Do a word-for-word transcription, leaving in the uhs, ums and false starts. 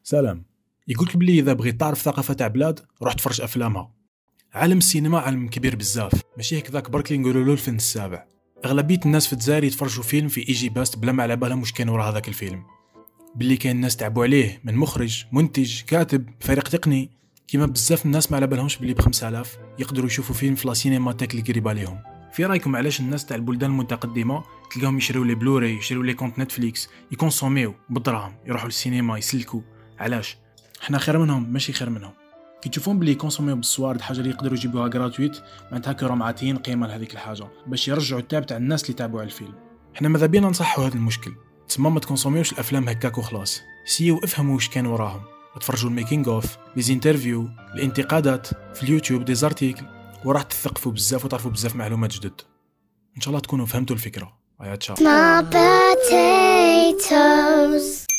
سلام. يقولك بلي اذا بغيت تعرف ثقافه تاع بلاد روح تفرج افلامها. عالم السينما عالم كبير بزاف، ماشي هكذاك برك اللي نقولوا له الفن السابع. اغلبيه الناس في الجزائر يتفرجوا فيلم في ايجي باست بلا ما على بالهم واش كاين ورا هذاك الفيلم، باللي كاين ناس تعبوا عليه من مخرج، منتج، كاتب، فريق تقني. كيما بزاف الناس ما على بالهمش بلي ب خمسة آلاف يقدروا يشوفوا فيلم في لا سينماتيك اللي قريبه ليهم. في رايكم علاش الناس تاع البلدان المتقدمه تلقاهم يشريو لي بلوراي، يشريو لي كونت نتفليكس، يكونسوميو بالدراهم، يروحوا للسينما يسلكوا؟ علاش؟ احنا خير منهم ماشي خير منهم. كي تشوفون بلي يكونسوميو بالصوارد حاجه اللي يقدروا يجيبوها غراتويت، معناتها كراهم عاطيين قيمه لهذيك الحاجه باش يرجعوا التاب تاع الناس اللي تابعوا على الفيلم. احنا ماذا بينا نصحوا هذا المشكل، تسمى ما تكونسوميوش الافلام هكاك وخلاص، سيو افهموا واش كان وراهم، تفرجوا الميكينغ اوف، لي زينترفيو، الانتقادات في اليوتيوب، دي زارتيكل، وراح تثقفوا بزاف وتعرفوا بزاف معلومات جدد. ان شاء الله تكونوا فهمتوا الفكره. ايا تشا.